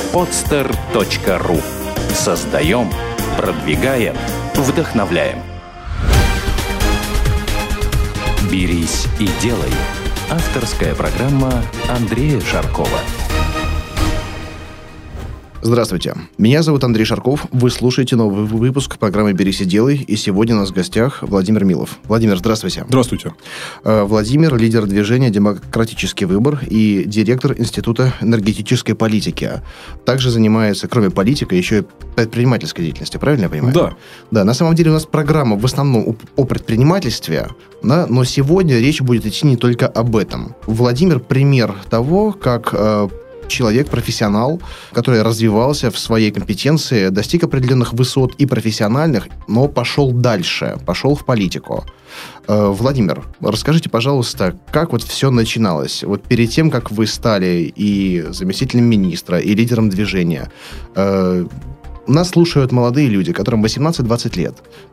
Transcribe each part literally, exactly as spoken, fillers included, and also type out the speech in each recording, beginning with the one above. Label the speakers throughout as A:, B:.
A: подстер точка ру. Создаем, продвигаем, вдохновляем. «Берись и делай» – авторская программа Андрея Шаркова.
B: Здравствуйте, меня зовут Андрей Шарков, вы слушаете новый выпуск программы «Берись и делай», и сегодня у нас в гостях Владимир Милов. Владимир, здравствуйте.
C: Здравствуйте.
B: Владимир – лидер движения «Демократический выбор» и директор Института энергетической политики. Также занимается, кроме политики, еще и предпринимательской деятельностью, правильно я понимаю?
C: Да.
B: Да, на самом деле у нас программа в основном о предпринимательстве, да, но сегодня речь будет идти не только об этом. Владимир – пример того, как человек, профессионал, который развивался в своей компетенции, достиг определенных высот и профессиональных, но пошел дальше, пошел в политику. Владимир, расскажите, пожалуйста, как вот все начиналось? Вот перед тем, как вы стали и заместителем министра, и лидером движения, нас слушают молодые люди, которым восемнадцать-двадцать лет.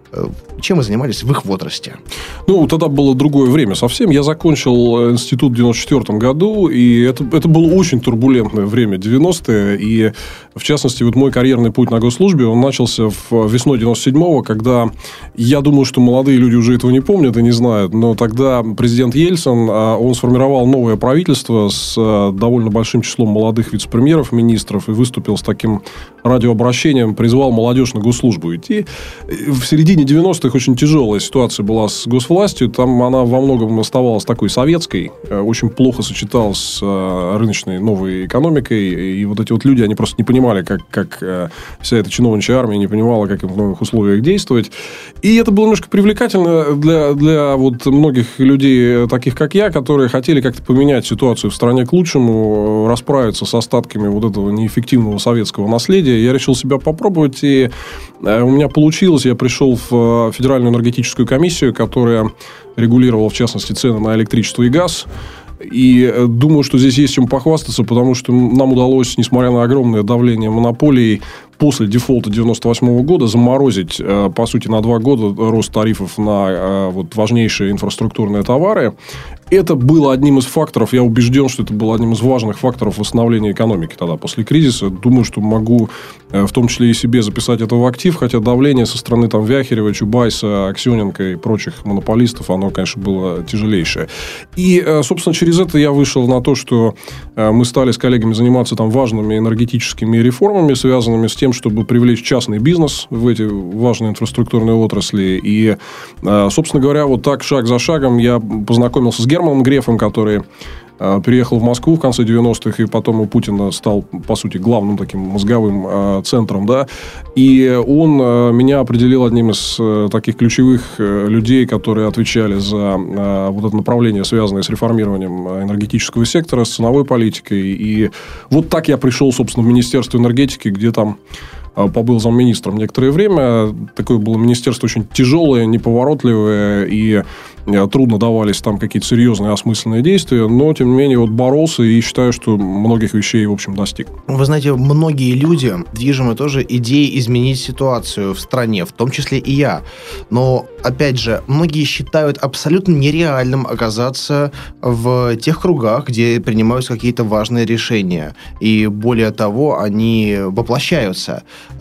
B: Чем вы занимались в их возрасте?
C: Ну, тогда было другое время совсем. Я закончил институт в девяносто четвёртом году, и это, это было очень турбулентное время, девяностые. И, в частности, вот мой карьерный путь на госслужбе, он начался в весной девяносто седьмого, когда, я думаю, что молодые люди уже этого не помнят и не знают, но тогда президент Ельцин, он сформировал новое правительство с довольно большим числом молодых вице-премьеров, министров, и выступил с таким радиообращением, призвал молодежь на госслужбу идти. В середине девяностых очень тяжелая ситуация была с госвластью. Там она во многом оставалась такой советской. Очень плохо сочеталась с рыночной новой экономикой. И вот эти вот люди, они просто не понимали, как, как вся эта чиновничья армия не понимала, как им в новых условиях действовать. И это было немножко привлекательно для, для вот многих людей, таких как я, которые хотели как-то поменять ситуацию в стране к лучшему, расправиться с остатками вот этого неэффективного советского наследия. Я решил себя попробовать, и у меня получилось. Я пришел в Федеральную энергетическую комиссию, которая регулировала, в частности, цены на электричество и газ. И думаю, что здесь есть чем похвастаться, потому что нам удалось, несмотря на огромное давление монополий, после дефолта девяносто восьмого года заморозить, по сути, на два года рост тарифов на вот, важнейшие инфраструктурные товары. Это было одним из факторов, я убежден, что это было одним из важных факторов восстановления экономики тогда, после кризиса. Думаю, что могу в том числе и себе записать это в актив, хотя давление со стороны там, Вяхерева, Чубайса, Аксененко и прочих монополистов, оно, конечно, было тяжелейшее. И, собственно, через это я вышел на то, что мы стали с коллегами заниматься там, важными энергетическими реформами, связанными с тем, чтобы привлечь частный бизнес в эти важные инфраструктурные отрасли. И, собственно говоря, вот так, шаг за шагом, я познакомился с Германом Грефом, который переехал в Москву в конце девяностых, и потом у Путина стал, по сути, главным таким мозговым э, центром, да, и он э, меня определил одним из э, таких ключевых э, людей, которые отвечали за э, вот это направление, связанное с реформированием энергетического сектора, с ценовой политикой, и вот так я пришел, собственно, в Министерство энергетики, где там побыл замминистром некоторое время. Такое было министерство очень тяжелое, неповоротливое, и трудно давались там какие-то серьезные осмысленные действия, но, тем не менее, вот боролся и считаю, что многих вещей, в общем, достиг.
B: Вы знаете, многие люди движимы тоже идеей изменить ситуацию в стране, в том числе и я. Но, опять же, многие считают абсолютно нереальным оказаться в тех кругах, где принимаются какие-то важные решения. И, более того, они воплощаются.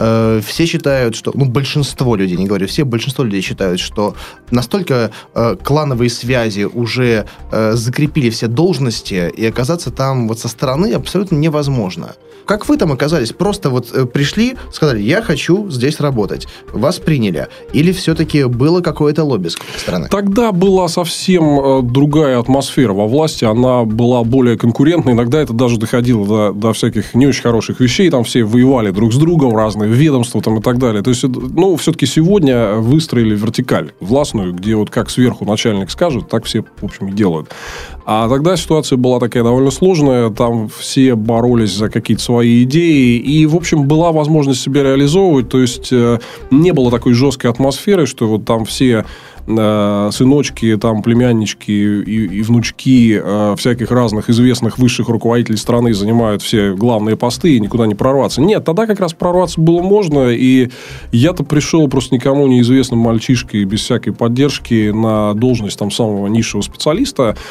B: Все считают, что... Ну, большинство людей, не говорю все, большинство людей считают, что настолько э, клановые связи уже э, закрепили все должности, и оказаться там вот со стороны абсолютно невозможно. Как вы там оказались? Просто вот э, пришли, сказали, я хочу здесь работать. Вас приняли? Или все-таки было какое-то лобби с какой-то стороны?
C: Тогда была совсем э, другая атмосфера во власти. Она была более конкурентной. Иногда это даже доходило до, до всяких не очень хороших вещей. Там все воевали друг с другом, разные ведомства там, и так далее. То есть, ну, все-таки сегодня выстроили вертикаль властную, где вот как сверху начальник скажет, так все, в общем, и делают. А тогда ситуация была такая довольно сложная. Там все боролись за какие-то свои идеи. И, в общем, была возможность себя реализовывать. То есть, не было такой жесткой атмосферы, что вот там все сыночки, там, племяннички и, и внучки э, всяких разных известных высших руководителей страны занимают все главные посты и никуда не прорваться. Нет, тогда как раз прорваться было можно, и я-то пришел просто никому неизвестным мальчишкой без всякой поддержки на должность там самого низшего специалиста.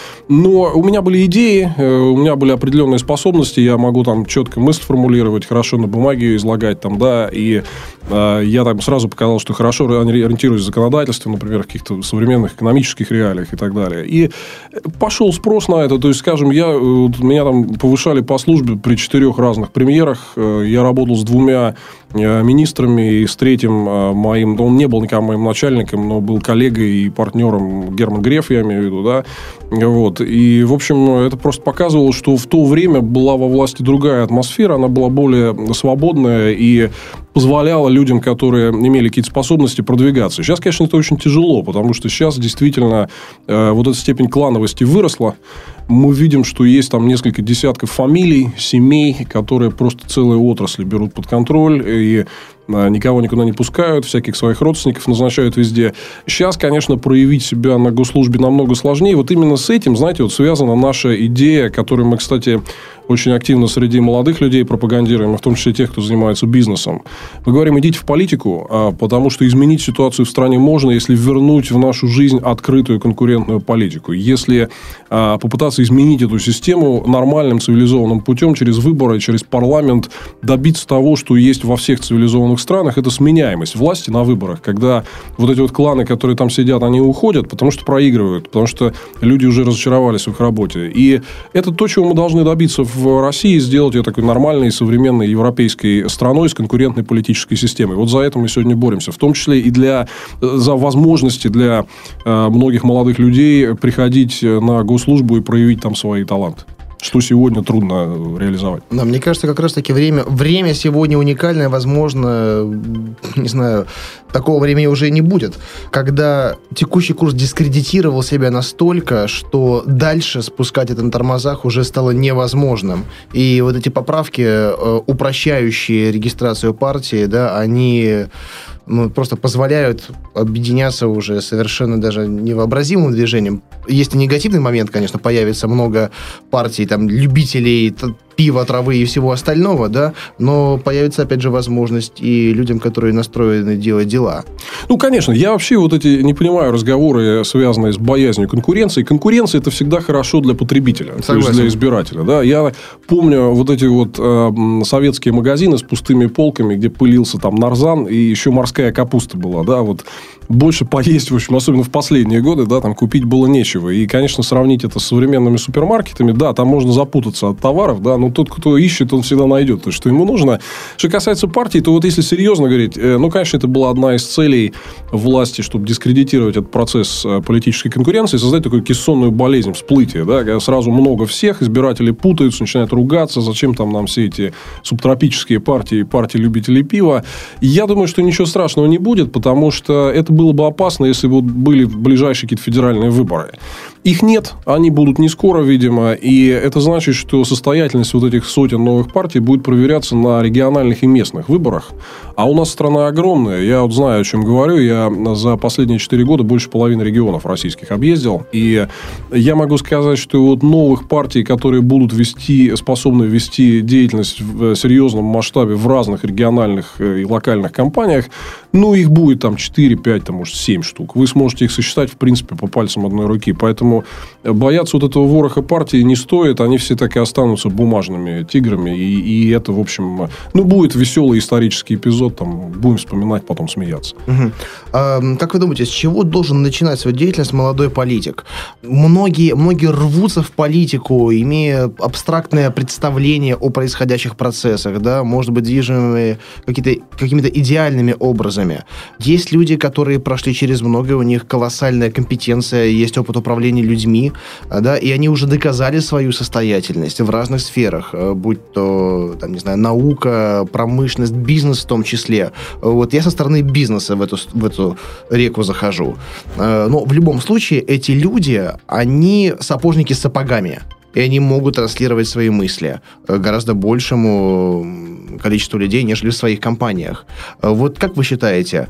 C: Но у меня были идеи, у меня были определенные способности, я могу там четко мысль формулировать, хорошо на бумаге ее излагать, там, да, и э, я там сразу показал, что хорошо ориентируюсь в законодательстве, например, в каких-то современных экономических реалиях и так далее. И пошел спрос на это, то есть, скажем, я, меня там повышали по службе при четырех разных премьерах, я работал с двумя министрами, и с третьим моим, он не был никогда моим начальником, но был коллегой и партнером Герман Греф, я имею в виду, да, вот, и, в общем, это просто показывало, что в то время была во власти другая атмосфера, она была более свободная и позволяла людям, которые имели какие-то способности, продвигаться. Сейчас, конечно, это очень тяжело, потому что сейчас действительно э, вот эта степень клановости выросла. Мы видим, что есть там несколько десятков фамилий, семей, которые просто целые отрасли берут под контроль и никого никуда не пускают, всяких своих родственников назначают везде. Сейчас, конечно, проявить себя на госслужбе намного сложнее. Вот именно с этим, знаете, вот связана наша идея, которую мы, кстати, очень активно среди молодых людей пропагандируем, в том числе тех, кто занимается бизнесом. Мы говорим, идите в политику, потому что изменить ситуацию в стране можно, если вернуть в нашу жизнь открытую конкурентную политику. Если попытаться изменить эту систему нормальным цивилизованным путем, через выборы, через парламент, добиться того, что есть во всех цивилизованных странах, это сменяемость власти на выборах, когда вот эти вот кланы, которые там сидят, они уходят, потому что проигрывают, потому что люди уже разочаровались в их работе. И это то, чего мы должны добиться в России, сделать ее такой нормальной, современной европейской страной с конкурентной политической системой. Вот за это мы сегодня боремся. В том числе и для, за возможности для э, многих молодых людей приходить на госслужбу и проявить там свои таланты. Что сегодня трудно реализовать.
B: Да, мне кажется, как раз-таки время, время сегодня уникальное, возможно, не знаю, такого времени уже не будет, когда текущий курс дискредитировал себя настолько, что дальше спускать это на тормозах уже стало невозможным. И вот эти поправки, э, упрощающие регистрацию партии, да, они... ну, просто позволяют объединяться уже совершенно даже невообразимым движением. Есть и негативный момент, конечно, появится много партий, там, любителей пива, травы и всего остального, да, но появится, опять же, возможность и людям, которые настроены делать дела.
C: Ну, конечно, я вообще вот эти не понимаю разговоры, связанные с боязнью конкуренции. Конкуренция – это всегда хорошо для потребителя, Согласен. То есть для избирателя, да. Я помню вот эти вот э, советские магазины с пустыми полками, где пылился там нарзан и еще морская капуста была, да, вот больше поесть, в общем, особенно в последние годы, да, там купить было нечего. И, конечно, сравнить это с современными супермаркетами, да, там можно запутаться от товаров, да, но тот, кто ищет, он всегда найдет то, что ему нужно. Что касается партии, то вот если серьезно говорить, ну, конечно, это была одна из целей власти, чтобы дискредитировать этот процесс политической конкуренции, создать такую кессонную болезнь, всплытие, да, когда сразу много всех, избиратели путаются, начинают ругаться, зачем там нам все эти субтропические партии, партии любителей пива. И я думаю, что ничего страшного не будет, потому что это было бы опасно, если бы были ближайшие какие-то федеральные выборы. Их нет, они будут не скоро, видимо, и это значит, что состоятельность вот этих сотен новых партий будет проверяться на региональных и местных выборах. А у нас страна огромная, я вот знаю, о чем говорю, я за последние четыре года больше половины регионов российских объездил, и я могу сказать, что вот новых партий, которые будут вести, способны вести деятельность в серьезном масштабе в разных региональных и локальных компаниях, ну, их будет там четыре, пять, там, может, семь штук. Вы сможете их сосчитать, в принципе, по пальцам одной руки. Поэтому бояться вот этого вороха партии не стоит. Они все так и останутся бумажными тиграми. И, и это, в общем, ну, будет веселый исторический эпизод. Там, будем вспоминать, потом смеяться.
B: Угу. А, как вы думаете, с чего должен начинать свою деятельность молодой политик? Многие, многие рвутся в политику, имея абстрактное представление о происходящих процессах, да, может быть, движимые какие-то, какими-то идеальными образами. Есть люди, которые прошли через многое, у них колоссальная компетенция, есть опыт управления людьми, да, и они уже доказали свою состоятельность в разных сферах, будь то, там, не знаю, наука, промышленность, бизнес в том числе. Вот я со стороны бизнеса в эту, в эту реку захожу. Но в любом случае эти люди, они сапожники с сапогами. И они могут транслировать свои мысли гораздо большему количеству людей, нежели в своих компаниях. Вот как вы считаете,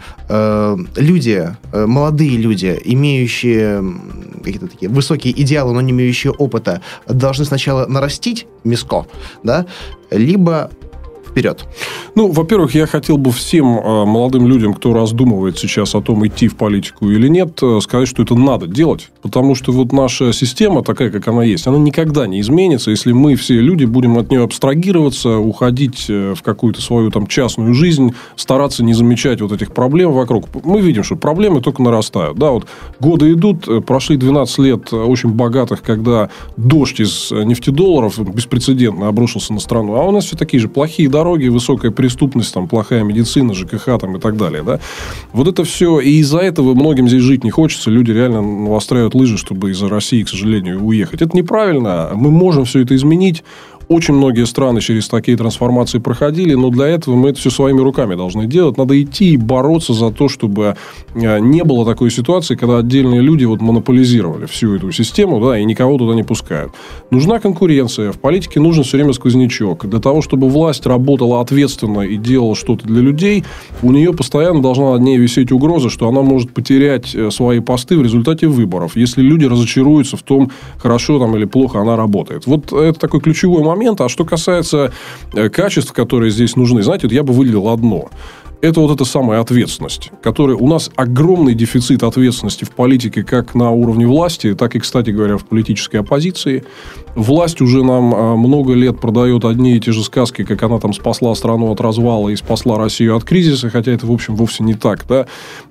B: люди, молодые люди, имеющие какие-то такие высокие идеалы, но не имеющие опыта, должны сначала нарастить миско, да, либо Вперед.
C: Ну, во-первых, я хотел бы всем э, молодым людям, кто раздумывает сейчас о том, идти в политику или нет, э, сказать, что это надо делать. Потому что вот наша система, такая, как она есть, она никогда не изменится, если мы все люди будем от нее абстрагироваться, уходить в какую-то свою там частную жизнь, стараться не замечать вот этих проблем вокруг. Мы видим, что проблемы только нарастают. Да, вот годы идут, прошли двенадцать лет очень богатых, когда дождь из нефтедолларов беспрецедентно обрушился на страну, а у нас все такие же плохие дороги, дороги, высокая преступность, там, плохая медицина, ЖКХ там, и так далее. Да? Вот это все. И из-за этого многим здесь жить не хочется. Люди реально навостряют лыжи, чтобы из России, к сожалению, уехать. Это неправильно. Мы можем все это изменить. Очень многие страны через такие трансформации проходили, но для этого мы это все своими руками должны делать. Надо идти и бороться за то, чтобы не было такой ситуации, когда отдельные люди вот монополизировали всю эту систему, да, и никого туда не пускают. Нужна конкуренция. В политике нужен все время сквознячок. Для того, чтобы власть работала ответственно и делала что-то для людей, у нее постоянно должна над ней висеть угроза, что она может потерять свои посты в результате выборов, если люди разочаруются в том, хорошо там или плохо она работает. Вот это такой ключевой момент. А что касается качеств, которые здесь нужны, знаете, вот я бы выделил одно. Это вот эта самая ответственность, которая у нас огромный дефицит ответственности в политике как на уровне власти, так и, кстати говоря, в политической оппозиции. Власть уже нам много лет продает одни и те же сказки, как она там спасла страну от развала и спасла Россию от кризиса, хотя это, в общем, вовсе не так, да,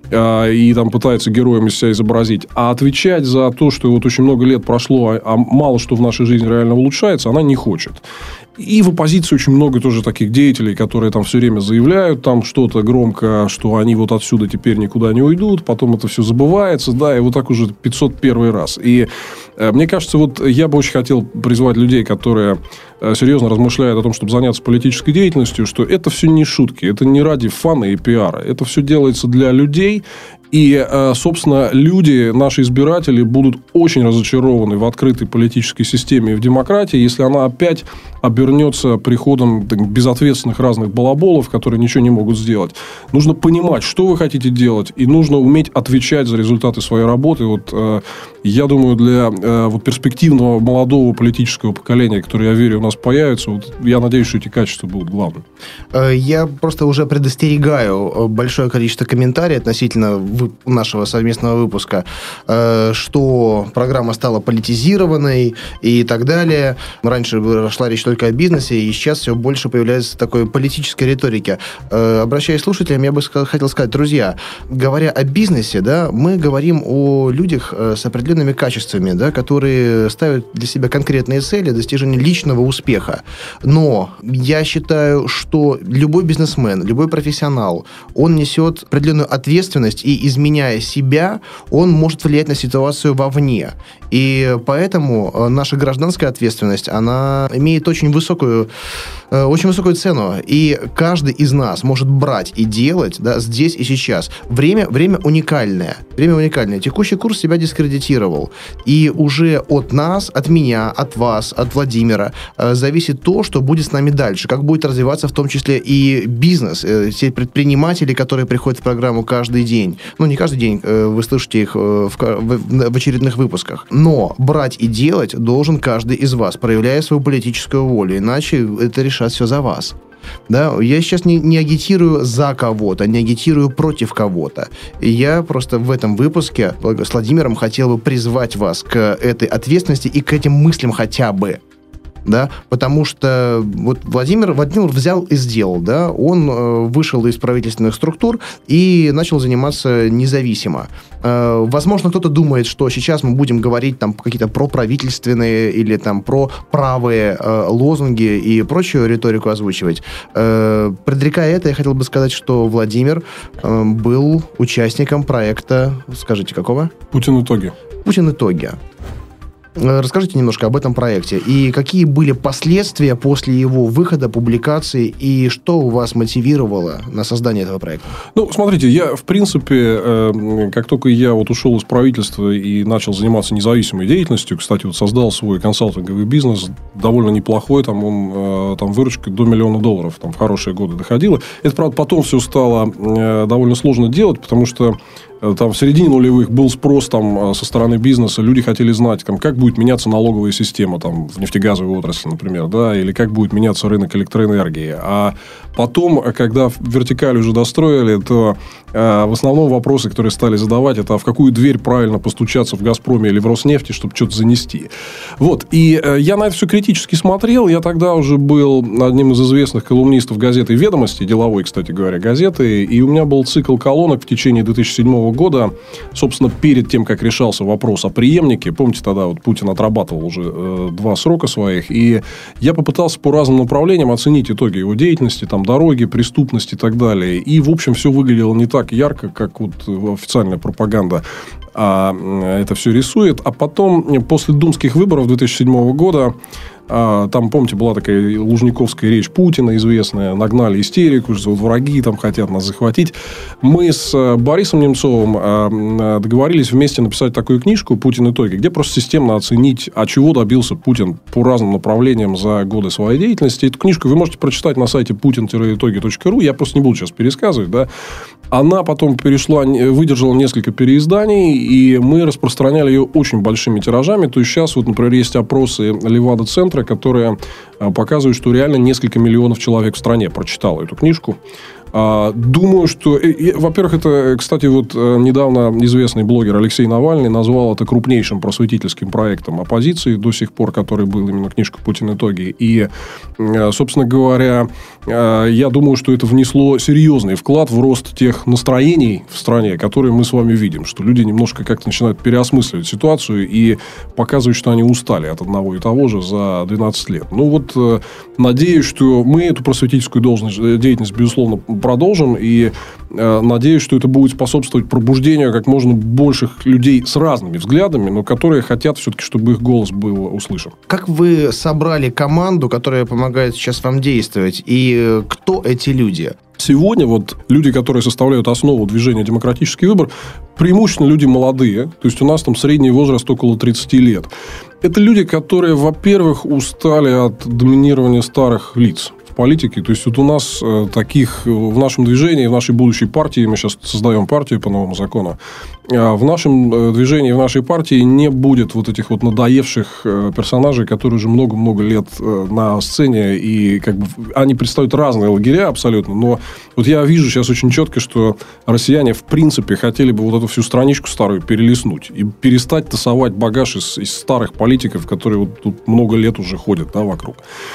C: и там пытается героем из себя изобразить. А отвечать за то, что вот очень много лет прошло, а мало что в нашей жизни реально улучшается, она не хочет. И в оппозиции очень много тоже таких деятелей, которые там все время заявляют там что-то громко, что они вот отсюда теперь никуда не уйдут, потом это все забывается, да, и вот так уже пятьсот первый раз. И э, мне кажется, вот я бы очень хотел призвать людей, которые э, серьезно размышляют о том, чтобы заняться политической деятельностью, что это все не шутки, это не ради фана и пиара, это все делается для людей. И, собственно, люди, наши избиратели, будут очень разочарованы в открытой политической системе и в демократии, если она опять обернется приходом безответственных разных балаболов, которые ничего не могут сделать. Нужно понимать, что вы хотите делать, и нужно уметь отвечать за результаты своей работы. Вот, я думаю, для вот, перспективного молодого политического поколения, которое, я верю, у нас появится, вот, я надеюсь, что эти качества будут главными.
B: Я просто уже предостерегаю большое количество комментариев относительно нашего совместного выпуска, что программа стала политизированной и так далее. Раньше шла речь только о бизнесе, и сейчас все больше появляется такой политической риторики. Обращаясь к слушателям, я бы хотел сказать, друзья, говоря о бизнесе, да, мы говорим о людях с определенными качествами, да, которые ставят для себя конкретные цели, достижения личного успеха. Но я считаю, что любой бизнесмен, любой профессионал, он несет определенную ответственность, и изменяя себя, он может влиять на ситуацию вовне. И поэтому наша гражданская ответственность, она имеет очень высокую, очень высокую цену. И каждый из нас может брать и делать, да, здесь и сейчас. Время, время уникальное. Время уникальное. Текущий курс себя дискредитировал. И уже от нас, от меня, от вас, от Владимира зависит то, что будет с нами дальше. Как будет развиваться в том числе и бизнес. Те предприниматели, которые приходят в программу каждый день. Ну, не каждый день, вы слышите их в, в, в очередных выпусках. Но брать и делать должен каждый из вас, проявляя свою политическую волю. Иначе это решать все за вас. Да? Я сейчас не, не агитирую за кого-то, не агитирую против кого-то. Я просто в этом выпуске с Владимиром хотел бы призвать вас к этой ответственности и к этим мыслям хотя бы. Да, потому что вот Владимир, Владимир взял и сделал, да, он э, вышел из правительственных структур и начал заниматься независимо. Э, возможно, кто-то думает, что сейчас мы будем говорить там какие-то проправительственные или там про правые э, лозунги и прочую риторику озвучивать. Э, предрекая это, я хотел бы сказать, что Владимир э, был участником проекта, скажите, какого?
C: Путин итоги.
B: Путин итоги. Расскажите немножко об этом проекте. И какие были последствия после его выхода, публикации, и что у вас мотивировало на создание этого проекта?
C: Ну, смотрите, я, в принципе, как только я вот ушел из правительства и начал заниматься независимой деятельностью, кстати, вот создал свой консалтинговый бизнес, довольно неплохой, там, он, там выручка до миллиона долларов там, в хорошие годы доходила. Это, правда, потом все стало довольно сложно делать, потому что там в середине нулевых был спрос там со стороны бизнеса, люди хотели знать, там, как будет меняться налоговая система там, в нефтегазовой отрасли, например, да, или как будет меняться рынок электроэнергии. А потом, когда вертикаль уже достроили, то э, в основном вопросы, которые стали задавать, это в какую дверь правильно постучаться в «Газпроме» или в «Роснефти», чтобы что-то занести. Вот. И э, я на это все критически смотрел. Я тогда уже был одним из известных колумнистов газеты «Ведомости», деловой, кстати говоря, газеты. И у меня был цикл колонок в течение две тысячи седьмого года, собственно, перед тем, как решался вопрос о преемнике. Помните, тогда вот Путин отрабатывал уже э, два срока своих. И я попытался по разным направлениям оценить итоги его деятельности, там, дороги, преступность и так далее. И, в общем, все выглядело не так ярко, как вот официальная пропаганда а, это все рисует. А потом, после думских выборов две тысячи седьмого года, там, помните, была такая лужниковская речь Путина известная, нагнали истерику, что вот враги там хотят нас захватить. Мы с Борисом Немцовым договорились вместе написать такую книжку «Путин. Итоги», где просто системно оценить, а чего добился Путин по разным направлениям за годы своей деятельности. Эту книжку вы можете прочитать на сайте путин итоги точка ру. Я просто не буду сейчас пересказывать, да. Она потом перешла, выдержала несколько переизданий, и мы распространяли ее очень большими тиражами. То есть, сейчас, вот, например, есть опросы Левада-центра, которые показывают, что реально несколько миллионов человек в стране прочитало эту книжку. Думаю, что... Во-первых, это, кстати, вот недавно известный блогер Алексей Навальный назвал это крупнейшим просветительским проектом оппозиции до сих пор, который был именно книжка «Путин. Итоги». И, собственно говоря, я думаю, что это внесло серьезный вклад в рост тех настроений в стране, которые мы с вами видим. Что люди немножко как-то начинают переосмысливать ситуацию и показывать, что они устали от одного и того же за двенадцать лет. Ну, вот, надеюсь, что мы эту просветительскую должность, деятельность, безусловно, продолжим. И э, надеюсь, что это будет способствовать пробуждению как можно больших людей с разными взглядами, но которые хотят все-таки, чтобы их голос был услышан.
B: Как вы собрали команду, которая помогает сейчас вам действовать? И кто эти люди?
C: Сегодня вот люди, которые составляют основу движения «Демократический выбор», преимущественно люди молодые. То есть, у нас там средний возраст около тридцати лет. Это люди, которые, во-первых, устали от доминирования старых лиц в политике. То есть, вот у нас э, таких в нашем движении, в нашей будущей партии, мы сейчас создаем партию по новому закону, э, в нашем э, движении, в нашей партии не будет вот этих вот надоевших э, персонажей, которые уже много-много лет э, на сцене, и как бы они представляют разные лагеря абсолютно, но вот я вижу сейчас очень четко, что россияне в принципе хотели бы вот эту всю страничку старую перелистнуть и перестать тасовать багаж из, из старых политиков, которые вот тут много лет уже ходят, да, вокруг.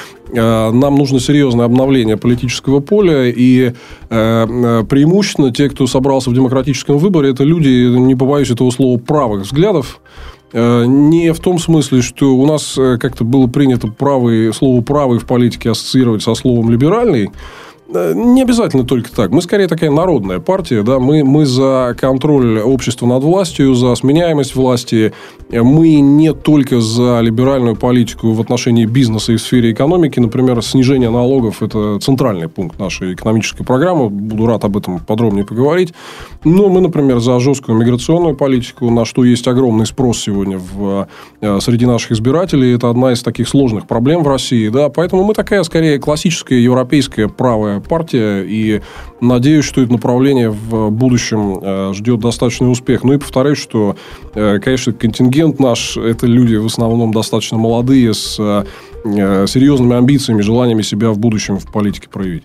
C: Нам нужно серьезное обновление политического поля, и э, преимущественно те, кто собрался в демократическом выборе, это люди, не побоюсь этого слова, правых взглядов. Э, не в том смысле, что у нас как-то было принято правый, слово «правый» в политике ассоциировать со словом «либеральный». Не обязательно только так. Мы, скорее, такая народная партия. Да? Мы, мы за контроль общества над властью, за сменяемость власти. Мы не только за либеральную политику в отношении бизнеса и в сфере экономики. Например, снижение налогов – это центральный пункт нашей экономической программы. Буду рад об этом подробнее поговорить. Но мы, например, за жесткую миграционную политику, на что есть огромный спрос сегодня в, среди наших избирателей. Это одна из таких сложных проблем в России. Да? Поэтому мы такая, скорее, классическая европейская правая партия, и надеюсь, что это направление в будущем э, ждет достаточный успех. Ну и повторюсь, что, э, конечно, контингент наш, это люди в основном достаточно молодые, с э, серьезными амбициями, желаниями себя в будущем в политике проявить.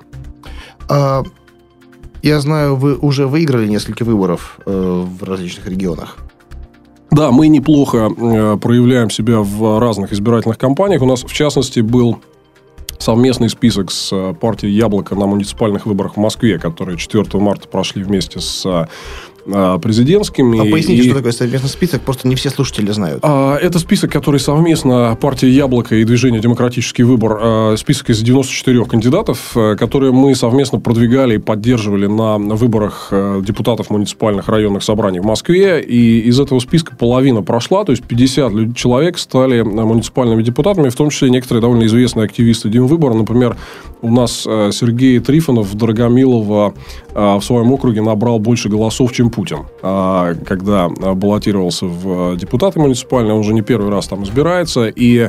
B: А, я знаю, вы уже выиграли несколько выборов э, в различных регионах.
C: Да, мы неплохо э, проявляем себя в разных избирательных кампаниях. У нас, в частности, был совместный список с партией «Яблоко» на муниципальных выборах в Москве, которые четвёртого марта прошли вместе с президентскими.
B: А поясните,
C: и...
B: что такое совместный список? Просто не все слушатели знают.
C: Это список, который совместно партия «Яблоко» и движение «Демократический выбор». Список из девяноста четырёх кандидатов, которые мы совместно продвигали и поддерживали на выборах депутатов муниципальных районных собраний в Москве. И из этого списка половина прошла, то есть пятьдесят человек стали муниципальными депутатами, в том числе некоторые довольно известные активисты Демвыбора. Например, у нас Сергей Трифонов Дорогомилово в своем округе набрал больше голосов, чем Путин. Когда баллотировался в депутаты муниципальные, он уже не первый раз там избирается. И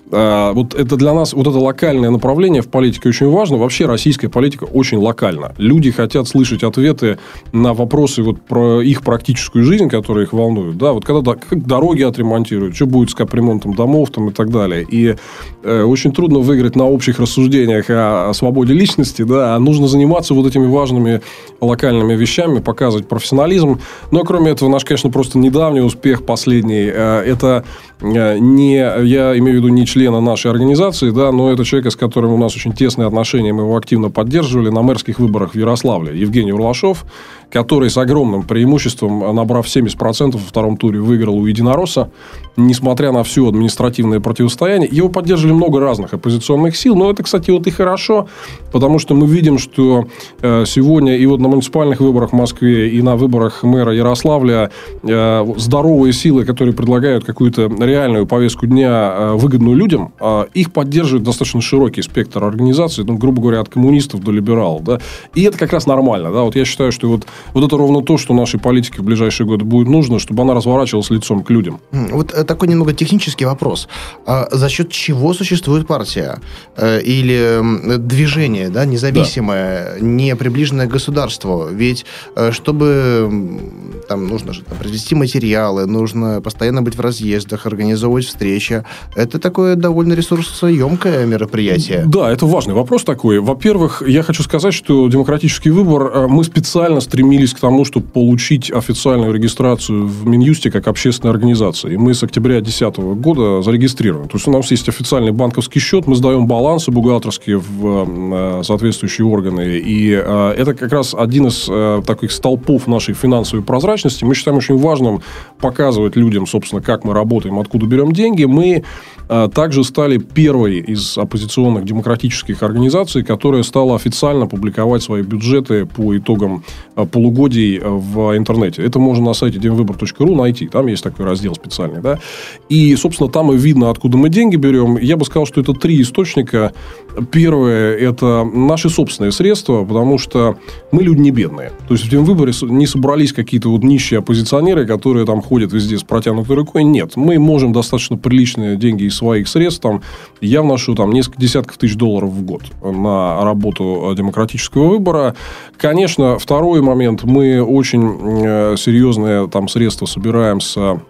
C: Вот это для нас, вот это локальное направление в политике очень важно. Вообще российская политика очень локальна. Люди хотят слышать ответы на вопросы вот про их практическую жизнь, которые их волнуют. Да, вот когда как дороги отремонтируют, что будет с капремонтом домов там, и так далее. И э, очень трудно выиграть на общих рассуждениях о, о свободе личности. Да, а нужно заниматься вот этими важными локальными вещами, показывать профессионализм. Но, кроме этого, наш, конечно, просто недавний успех последний. Э, это э, не, я имею в виду не члена нашей организации, да, но это человек, с которым у нас очень тесные отношения, мы его активно поддерживали на мэрских выборах в Ярославле. Евгений Урлашов, который с огромным преимуществом, набрав семьдесят процентов во втором туре, выиграл у единоросса, несмотря на все административное противостояние. Его поддерживали много разных оппозиционных сил, но это, кстати, вот и хорошо, потому что мы видим, что сегодня и вот на муниципальных выборах в Москве, и на выборах мэра Ярославля здоровые силы, которые предлагают какую-то реальную повестку дня, выгодную людям, их поддерживает достаточно широкий спектр организаций, ну, грубо говоря, от коммунистов до либералов. Да? И это как раз нормально. Да? Вот я считаю, что вот, вот это ровно то, что нашей политике в ближайшие годы будет нужно, чтобы она разворачивалась лицом к людям.
B: Вот такой немного технический вопрос. А за счет чего существует партия? Или движение, да, независимое, да, не приближенное к государству? Ведь чтобы там нужно же там, произвести материалы, нужно постоянно быть в разъездах, организовывать встречи. Это такое довольно ресурсоемкое мероприятие.
C: Да, это важный вопрос такой. Во-первых, я хочу сказать, что демократический выбор, мы специально стремились к тому, чтобы получить официальную регистрацию в Минюсте как общественной организации. И мы с октября две тысячи десятого года зарегистрированы. То есть, у нас есть официальный банковский счет, мы сдаем балансы бухгалтерские в соответствующие органы. И это как раз один из таких столпов нашей финансовой прозрачности. Мы считаем очень важным показывать людям, собственно, как мы работаем, откуда берем деньги. Мы также стали первой из оппозиционных демократических организаций, которая стала официально публиковать свои бюджеты по итогам полугодий в интернете. Это можно на сайте демвыбор точка ру найти. Там есть такой раздел специальный. Да? И, собственно, там и видно, откуда мы деньги берем. Я бы сказал, что это три источника. Первое – это наши собственные средства, потому что мы люди не бедные. То есть, в Демвыборе не собрались какие-то вот нищие оппозиционеры, которые там ходят везде с протянутой рукой. Нет. Мы можем достаточно приличные деньги из своих средств. Там, я вношу там, несколько десятков тысяч долларов в год на работу демократического выбора. Конечно, второй момент. Мы очень серьезные там, средства собираем с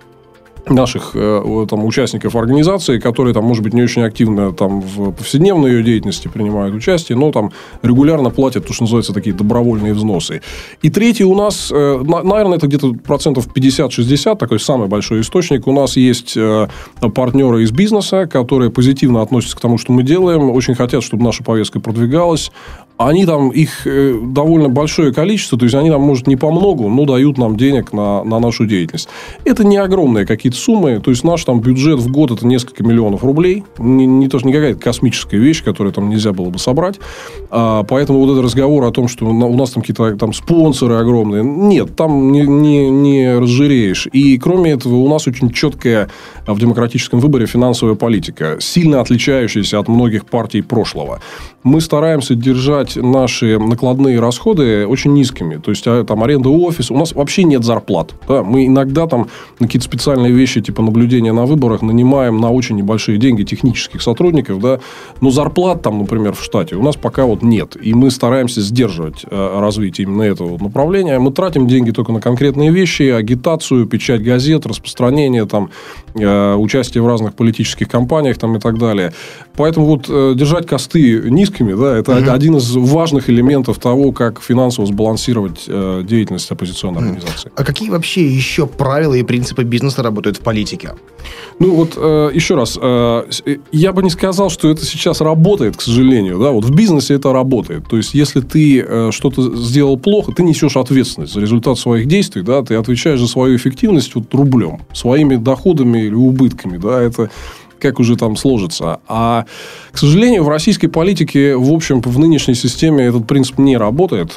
C: наших там, участников организации, которые, там, может быть, не очень активно там, в повседневной ее деятельности принимают участие, но там регулярно платят то, что называется, такие добровольные взносы. И третий у нас, наверное, это где-то процентов пятьдесят-шестьдесят, такой самый большой источник. У нас есть партнеры из бизнеса, которые позитивно относятся к тому, что мы делаем, очень хотят, чтобы наша повестка продвигалась. Они там, их довольно большое количество, то есть, они нам, может, не по многу, но дают нам денег на, на нашу деятельность. Это не огромные какие-то суммы, то есть, наш там бюджет в год – это несколько миллионов рублей, не, не, то, не какая-то космическая вещь, которую там нельзя было бы собрать, а, поэтому вот этот разговор о том, что у нас там какие-то там спонсоры огромные, нет, там не, не, не разжиреешь. И, кроме этого, у нас очень четкая в демократическом выборе финансовая политика, сильно отличающаяся от многих партий прошлого. Мы стараемся держать наши накладные расходы очень низкими. То есть, там, аренда офиса. У нас вообще нет зарплат. Да? Мы иногда там на какие-то специальные вещи, типа наблюдения на выборах, нанимаем на очень небольшие деньги технических сотрудников. Да? Но зарплат там, например, в штате у нас пока вот нет. И мы стараемся сдерживать э, развитие именно этого вот направления. Мы тратим деньги только на конкретные вещи. Агитацию, печать газет, распространение, там, э, участие в разных политических кампаниях там, и так далее. Поэтому вот э, держать косты низкими, да, это mm-hmm. один из важных элементов того, как финансово сбалансировать э, деятельность оппозиционной организации.
B: А какие вообще еще правила и принципы бизнеса работают в политике?
C: Ну, вот э, еще раз. Э, я бы не сказал, что это сейчас работает, к сожалению. Да? Вот в бизнесе это работает. То есть, если ты э, что-то сделал плохо, ты несешь ответственность за результат своих действий. Да? Ты отвечаешь за свою эффективность вот, рублем. Своими доходами или убытками. Да? Это... как уже там сложится. А, к сожалению, в российской политике, в общем, в нынешней системе этот принцип не работает.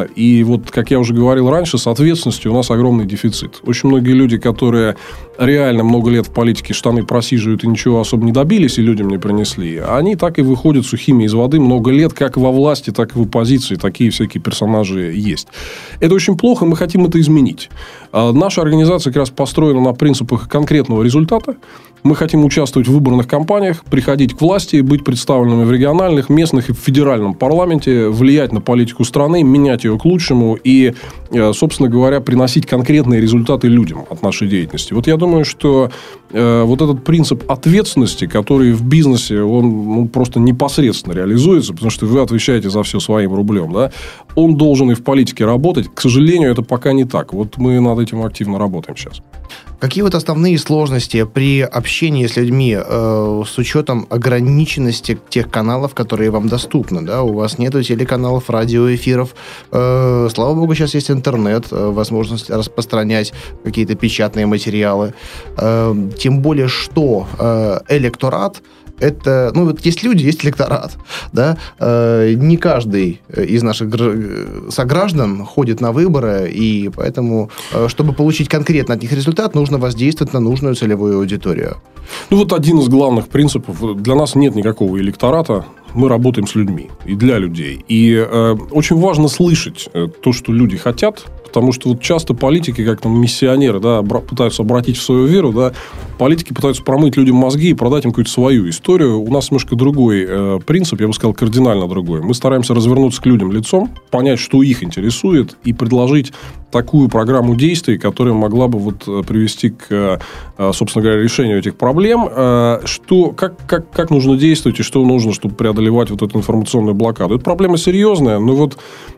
C: И вот, как я уже говорил раньше, с ответственностью у нас огромный дефицит. Очень многие люди, которые реально много лет в политике штаны просиживают и ничего особо не добились, и людям не принесли, они так и выходят сухими из воды много лет, как во власти, так и в оппозиции. Такие всякие персонажи есть. Это очень плохо, мы хотим это изменить. Наша организация как раз построена на принципах конкретного результата. Мы хотим участвовать в выборных кампаниях, приходить к власти, быть представленными в региональных, местных и в федеральном парламенте, влиять на политику страны, менять ее к лучшему и, собственно говоря, приносить конкретные результаты людям от нашей деятельности. Вот я думаю, что э, вот этот принцип ответственности, который в бизнесе, он ну, просто непосредственно реализуется, потому что вы отвечаете за все своим рублем, да, он должен и в политике работать. К сожалению, это пока не так. Вот мы над этим активно работаем сейчас.
B: Какие вот основные сложности при общении с людьми э, с учетом ограниченности тех каналов, которые вам доступны? Да? У вас нету телеканалов, радиоэфиров. Э, слава богу, сейчас есть интернет, э, возможность распространять какие-то печатные материалы. Э, тем более, что э, электорат это, ну, вот есть люди, есть электорат, да, э, не каждый из наших гр- сограждан ходит на выборы, и поэтому, э, чтобы получить конкретно от них результат, нужно воздействовать на нужную целевую аудиторию.
C: Ну, вот один из главных принципов. Для нас нет никакого электората, мы работаем с людьми и для людей. И э, очень важно слышать то, что люди хотят, потому что вот часто политики, как там миссионеры, да, пытаются обратить в свою веру, да, политики пытаются промыть людям мозги и продать им какую-то свою историю. У нас немножко другой э, принцип, я бы сказал, кардинально другой. Мы стараемся развернуться к людям лицом, понять, что их интересует, и предложить такую программу действий, которая могла бы вот привести к, собственно говоря, решению этих проблем. Что, как, как, как нужно действовать и что нужно, чтобы преодолевать вот эту информационную блокаду. Это проблема серьезная, но вот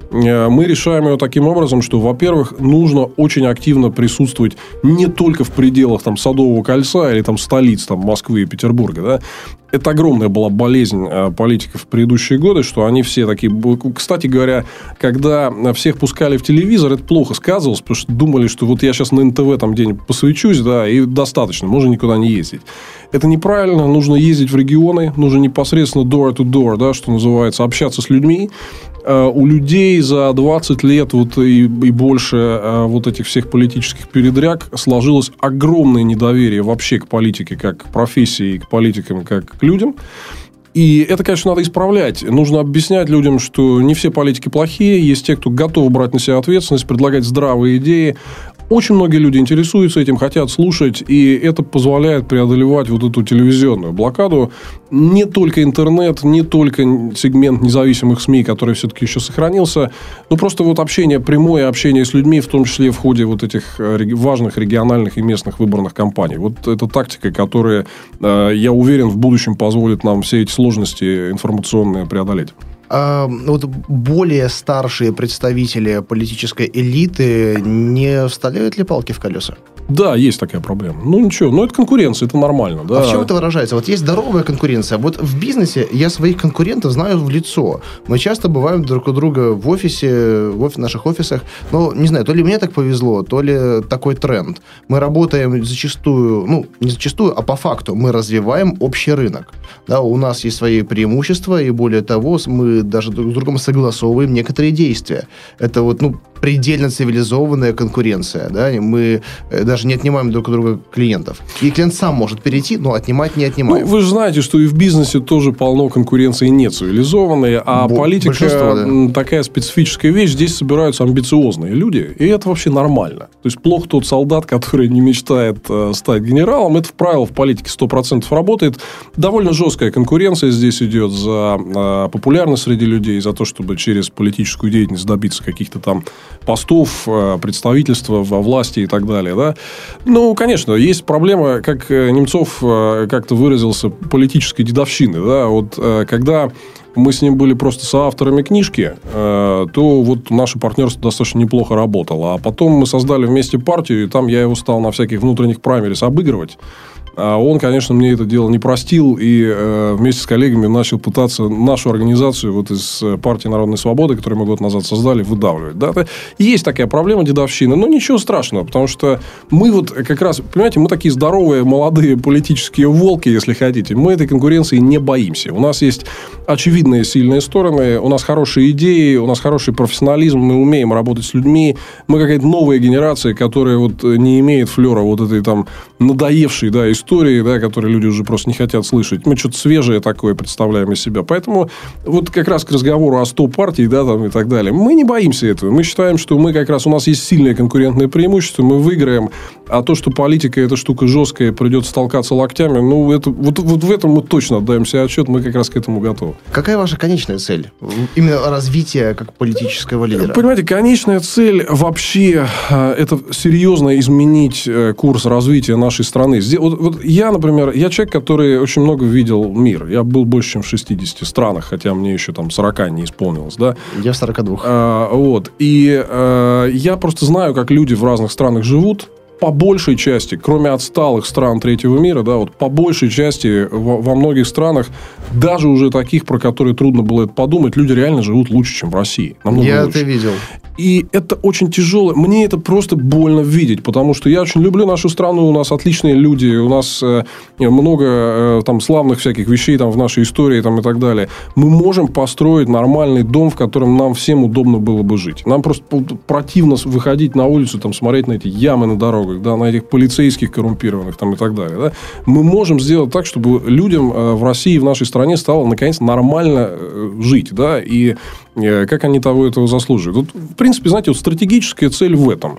C: мы решаем ее таким образом, что, во-первых, нужно очень активно присутствовать не только в пределах там, Садового кольца или там, столиц там, Москвы и Петербурга, да. Это огромная была болезнь политиков в предыдущие годы, что они все такие... Кстати говоря, когда всех пускали в телевизор, это плохо сказывалось, потому что думали, что вот я сейчас на эн тэ вэ там где-нибудь посвящусь, да, и достаточно, можно никуда не ездить. Это неправильно, нужно ездить в регионы, нужно непосредственно door to door, да, что называется, общаться с людьми. У людей за двадцать лет вот и, и больше вот этих всех политических передряг сложилось огромное недоверие вообще к политике, как к профессии, к политикам, как к людям. И это, конечно, надо исправлять. Нужно объяснять людям, что не все политики плохие, есть те, кто готов брать на себя ответственность, предлагать здравые идеи. Очень многие люди интересуются этим, хотят слушать, и это позволяет преодолевать вот эту телевизионную блокаду. Не только интернет, не только сегмент независимых СМИ, который все-таки еще сохранился, но просто вот общение, прямое общение с людьми, в том числе в ходе вот этих важных региональных и местных выборных кампаний. Вот это тактика, которая, я уверен, в будущем позволит нам все эти сложности информационные преодолеть.
B: А вот более старшие представители политической элиты не вставляют ли палки в колеса?
C: Да, есть такая проблема. Ну, ничего, но это конкуренция, это нормально. Да.
B: А в чем это выражается? Вот есть здоровая конкуренция. Вот в бизнесе я своих конкурентов знаю в лицо. Мы часто бываем друг у друга в офисе, в офис, наших офисах. Но, не знаю, то ли мне так повезло, то ли такой тренд. Мы работаем зачастую, ну, не зачастую, а по факту мы развиваем общий рынок. Да, у нас есть свои преимущества, и более того, мы даже друг с другом согласовываем некоторые действия. Это вот, ну, предельно цивилизованная конкуренция. Да? Мы даже не отнимаем друг у друга клиентов. И клиент сам может перейти, но отнимать не отнимаем.
C: Ну, вы же знаете, что и в бизнесе тоже полно конкуренции не цивилизованной, а Бо- политика да. такая специфическая вещь. Здесь собираются амбициозные люди, и это вообще нормально. То есть, плохо тот солдат, который не мечтает э, стать генералом. Это, в правило, в политике сто процентов работает. Довольно жесткая конкуренция здесь идет за э, популярность среди людей, за то, чтобы через политическую деятельность добиться каких-то там постов, представительства во власти и так далее. Да? Ну, конечно, есть проблема, как Немцов как-то выразился, политической дедовщины. Да? Вот когда мы с ним были просто соавторами книжки, то вот наше партнерство достаточно неплохо работало. А потом мы создали вместе партию, и там я его стал на всяких внутренних праймерис обыгрывать. А он, конечно, мне это дело не простил и э, вместе с коллегами начал пытаться нашу организацию вот из партии Народной Свободы, которую мы год назад создали, выдавливать. Да? Есть такая проблема дедовщины, но ничего страшного, потому что мы вот как раз, понимаете, мы такие здоровые, молодые политические волки, если хотите. Мы этой конкуренции не боимся. У нас есть очевидные сильные стороны, у нас хорошие идеи, у нас хороший профессионализм, мы умеем работать с людьми, мы какая-то новая генерация, которая вот не имеет флера вот этой там надоевшей, да, истории, да, которые люди уже просто не хотят слышать. Мы что-то свежее такое представляем из себя. Поэтому вот как раз к разговору о сто партий, да, там и так далее, мы не боимся этого. Мы считаем, что мы как раз, у нас есть сильное конкурентное преимущество, мы выиграем, а то, что политика – это штука жесткая, придется толкаться локтями, ну, это, вот, вот в этом мы точно отдаем себе отчет, мы как раз к этому готовы.
B: Какая ваша конечная цель? Именно развитие как политического лидера?
C: Понимаете, конечная цель вообще – это серьезно изменить курс развития нашей страны. Вот, вот я, например, я человек, который очень много видел мир. Я был больше, чем в шестидесяти странах, хотя мне еще там сорока не исполнилось, да?
B: Я в сорока двух.
C: А, вот. И а, я просто знаю, как люди в разных странах живут. По большей части, кроме отсталых стран третьего мира, да, вот по большей части во, во многих странах, даже уже таких, про которые трудно было это подумать, люди реально живут лучше, чем в России. Намного
B: Я
C: лучше.
B: это видел.
C: И это очень тяжело. Мне это просто больно видеть, потому что я очень люблю нашу страну, у нас отличные люди, у нас э, много э, там славных всяких вещей там, в нашей истории там, и так далее. Мы можем построить нормальный дом, в котором нам всем удобно было бы жить. Нам просто противно выходить на улицу, там, смотреть на эти ямы на дорогах, да, на этих полицейских коррумпированных там, и так далее. Да. Мы можем сделать так, чтобы людям э, в России, в нашей стране стало наконец нормально э, жить, да, и э, как они того этого заслуживают. Вот, в принципе, знаете, вот стратегическая цель в этом.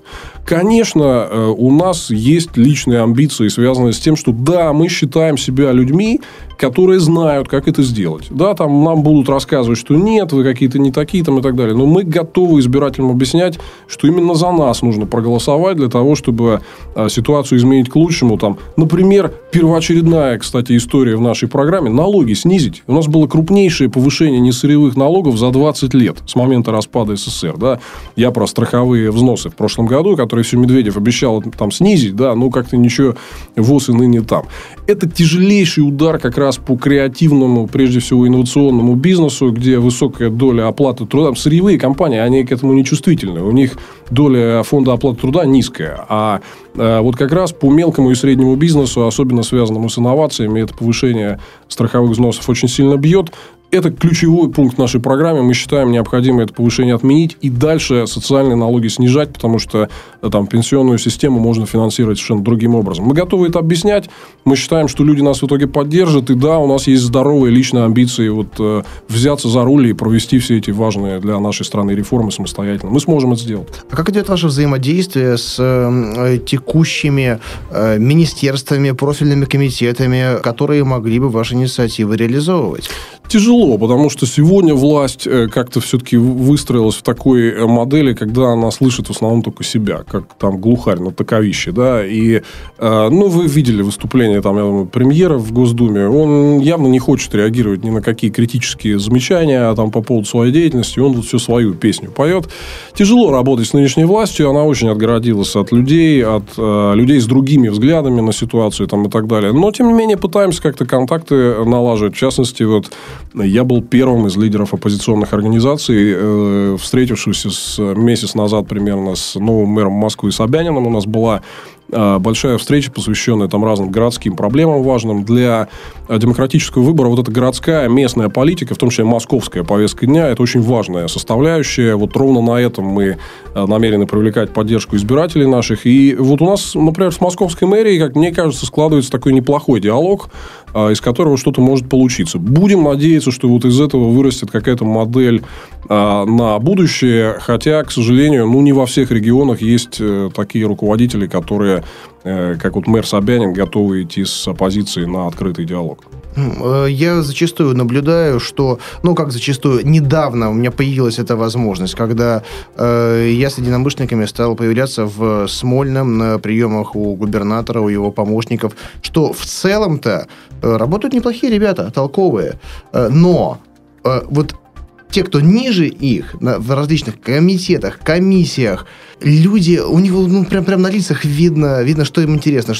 C: Конечно, у нас есть личные амбиции, связанные с тем, что да, мы считаем себя людьми, которые знают, как это сделать. Да, там нам будут рассказывать, что нет, вы какие-то не такие там и так далее. Но мы готовы избирателям объяснять, что именно за нас нужно проголосовать для того, чтобы ситуацию изменить к лучшему. Там, например, первоочередная, кстати, история в нашей программе – налоги снизить. У нас было крупнейшее повышение несырьевых налогов за двадцать лет с момента распада СССР. Да. Я про страховые взносы в прошлом году, которые все Медведев обещал там снизить, да, ну как-то ничего ВОЗ и ныне там. Это тяжелейший удар как раз по креативному, прежде всего, инновационному бизнесу, где высокая доля оплаты труда. Сырьевые компании, они к этому не чувствительны. У них доля фонда оплаты труда низкая. А э, вот как раз по мелкому и среднему бизнесу, особенно связанному с инновациями, это повышение страховых взносов очень сильно бьет. Это ключевой пункт нашей программы. Мы считаем необходимо это повышение отменить и дальше социальные налоги снижать, потому что там, пенсионную систему можно финансировать совершенно другим образом. Мы готовы это объяснять. Мы считаем, что люди нас в итоге поддержат. И да, у нас есть здоровые личные амбиции вот, э, взяться за руль и провести все эти важные для нашей страны реформы самостоятельно. Мы сможем это сделать.
B: А как идет ваше взаимодействие с э, текущими э, министерствами, профильными комитетами, которые могли бы ваши инициативы реализовывать?
C: Тяжело, потому что сегодня власть как-то все-таки выстроилась в такой модели, когда она слышит в основном только себя, как там глухарь на таковище, да, и, ну, вы видели выступление там, я думаю, премьера в Госдуме, он явно не хочет реагировать ни на какие критические замечания там, по поводу своей деятельности, он вот всю свою песню поет. Тяжело работать с нынешней властью, она очень отгородилась от людей, от э, людей с другими взглядами на ситуацию там, и так далее, но, тем не менее, пытаемся как-то контакты налаживать, в частности, вот я был первым из лидеров оппозиционных организаций, э, встретившихся с, месяц назад примерно с новым мэром Москвы Собяниным. У нас была э, большая встреча, посвященная там, разным городским проблемам важным. Для демократического выбора вот эта городская, местная политика, в том числе московская повестка дня, это очень важная составляющая. Вот ровно на этом мы намерены привлекать поддержку избирателей наших. И вот у нас, например, с московской мэрией, как мне кажется, складывается такой неплохой диалог, из которого что-то может получиться. Будем надеяться, что вот из этого вырастет какая-то модель а, на будущее, хотя, к сожалению, ну, не во всех регионах есть э, такие руководители, которые, э, как вот мэр Собянин, готовы идти с оппозицией на открытый диалог.
B: Я зачастую наблюдаю, что, ну, как зачастую, недавно у меня появилась эта возможность, когда э, я с единомышленниками стал появляться в Смольном на приемах у губернатора, у его помощников, что в целом-то э, работают неплохие ребята, толковые, э, но э, вот те, кто ниже их, на, в различных комитетах, комиссиях, люди, у них ну, прям, прям на лицах видно, видно, что им интересно,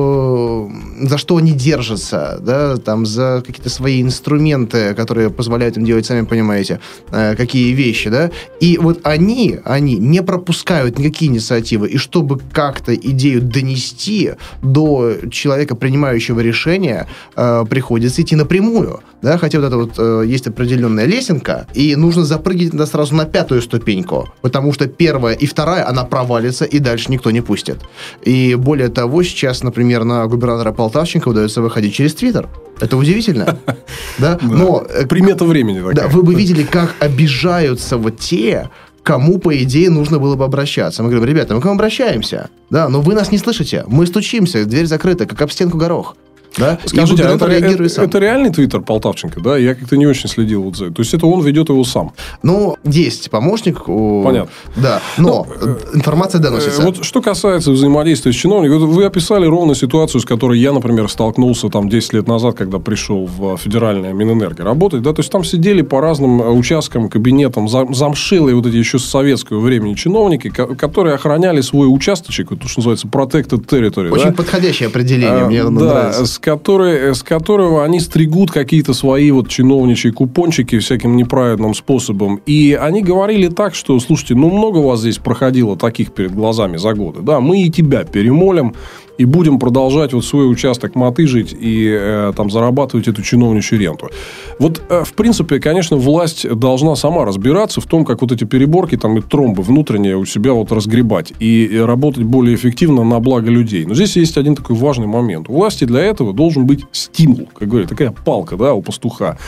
B: что, за что они держатся, да, там, за какие-то свои инструменты, которые позволяют им делать, сами понимаете, э, какие вещи, да. И вот они, они не пропускают никакие инициативы, и чтобы как-то идею донести до человека, принимающего решения, э, приходится идти напрямую, да, хотя вот это вот э, есть определенная лесенка, и нужно запрыгивать туда сразу на пятую ступеньку, потому что первая и вторая, она провалится, и дальше никто не пустит. И более того, сейчас, например, на губернатора Полтавченко удается выходить через Твиттер. Это удивительно. Да? Но,
C: примета времени такая.
B: Да, вы бы видели, как обижаются вот те, кому, по идее, нужно было бы обращаться. Мы говорим, ребята, мы к вам обращаемся, да, но вы нас не слышите, мы стучимся, дверь закрыта, как об стенку горох. Да?
C: Скажите, а это, это, это реальный твиттер Полтавченко, да? Я как-то не очень следил вот за этим. То есть, это он ведет его сам?
B: Ну, есть помощник. У...
C: Понятно.
B: Да, но ну, информация доносится.
C: Вот что касается взаимодействия с чиновниками, вы описали ровно ситуацию, с которой я, например, столкнулся там десять лет назад, когда пришел в федеральное Минэнерго работать, да? То есть, там сидели по разным участкам, кабинетам, замшилые вот эти еще с советского времени чиновники, которые охраняли свой участочек, вот то, что называется protected territory.
B: Очень
C: да?
B: подходящее определение,
C: а,
B: мне оно
C: да,
B: нравится.
C: С, который, с которого они стригут какие-то свои вот чиновничьи купончики всяким неправильным способом. И они говорили так, что, слушайте, ну, много у вас здесь проходило таких перед глазами за годы. Да, мы и тебя перемолим, и будем продолжать вот свой участок мотыжить и э, там зарабатывать эту чиновничью ренту. Вот, э, в принципе, конечно, власть должна сама разбираться в том, как вот эти переборки там, и тромбы внутренние у себя вот разгребать и, и работать более эффективно на благо людей. Но здесь есть один такой важный момент. У власти для этого должен быть стимул, как говорят, такая палка, да, у пастуха,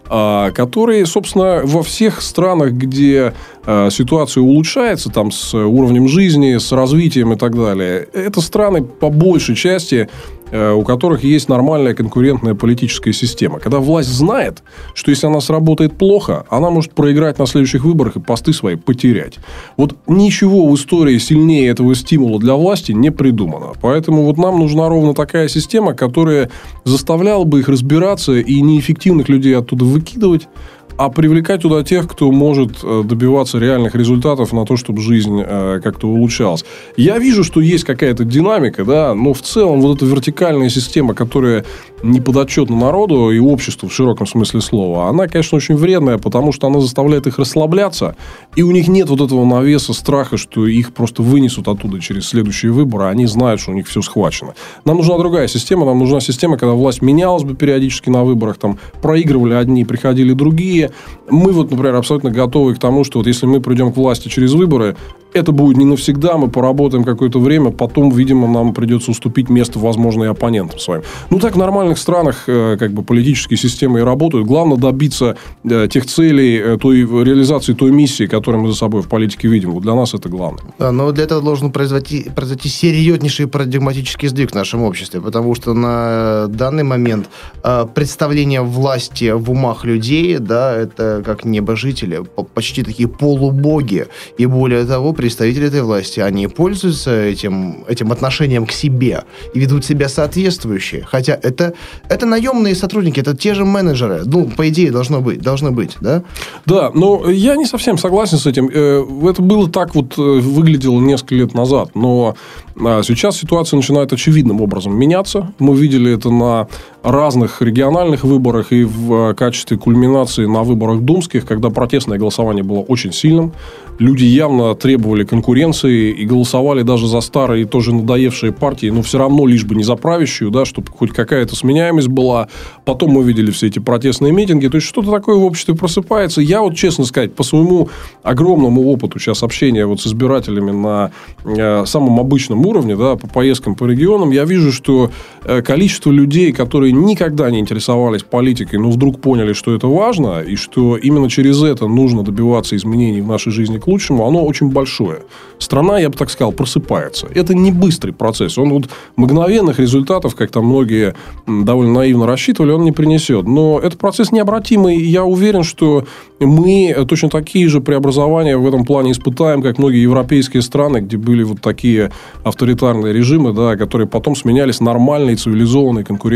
C: который, собственно, во всех странах, где э, ситуация улучшается там, с уровнем жизни, с развитием и так далее, это страны по большей части, э, у которых есть нормальная конкурентная политическая система. Когда власть знает, что если она сработает плохо, она может проиграть на следующих выборах и посты свои потерять. Вот ничего в истории сильнее этого стимула для власти не придумано. Поэтому вот нам нужна ровно такая система, которая заставляла бы их разбираться и неэффективных людей оттуда выкидывать, а привлекать туда тех, кто может добиваться реальных результатов на то, чтобы жизнь как-то улучшалась. Я вижу, что есть какая-то динамика, да, но в целом вот эта вертикальная система, которая не подотчетна народу и обществу в широком смысле слова, она, конечно, очень вредная, потому что она заставляет их расслабляться, и у них нет вот этого навеса страха, что их просто вынесут оттуда через следующие выборы, а они знают, что у них все схвачено. Нам нужна другая система, нам нужна система, когда власть менялась бы периодически на выборах, там проигрывали одни, приходили другие. Мы вот, например, абсолютно готовы к тому, что вот если мы придем к власти через выборы, это будет не навсегда, мы поработаем какое-то время, потом, видимо, нам придется уступить место, возможно, и оппонентам своим. Ну, так в нормальных странах как бы политические системы и работают. Главное добиться тех целей, той реализации той миссии, которую мы за собой в политике видим. Вот для нас это главное.
B: Да, но для этого должен произойти, произойти серьезнейший парадигматический сдвиг в нашем обществе, потому что на данный момент представление власти в умах людей, да, это как небожители, почти такие полубоги, и более того, представители этой власти, они пользуются этим, этим отношением к себе и ведут себя соответствующе. Хотя это, это наемные сотрудники, это те же менеджеры. Ну, по идее, должно быть, должно быть, да?
C: Да, но я не совсем согласен с этим. Это было так вот, выглядело несколько лет назад. Но сейчас ситуация начинает очевидным образом меняться. Мы видели это на разных региональных выборах и в качестве кульминации на выборах думских, когда протестное голосование было очень сильным. Люди явно требовали конкуренции и голосовали даже за старые, тоже надоевшие партии, но все равно лишь бы не за правящую, да, чтобы хоть какая-то сменяемость была. Потом мы видели все эти протестные митинги. То есть, что-то такое в обществе просыпается. Я вот, честно сказать, по своему огромному опыту сейчас общения вот с избирателями на э, самом обычном уровне, да, по поездкам по регионам, я вижу, что э, количество людей, которые никогда не интересовались политикой, но вдруг поняли, что это важно, и что именно через это нужно добиваться изменений в нашей жизни к лучшему, оно очень большое. Страна, я бы так сказал, просыпается. Это не быстрый процесс. Он вот мгновенных результатов, как там многие довольно наивно рассчитывали, он не принесет. Но это процесс необратимый. И я уверен, что мы точно такие же преобразования в этом плане испытаем, как многие европейские страны, где были вот такие авторитарные режимы, да, которые потом сменялись нормальной, цивилизованной, конкурентной политической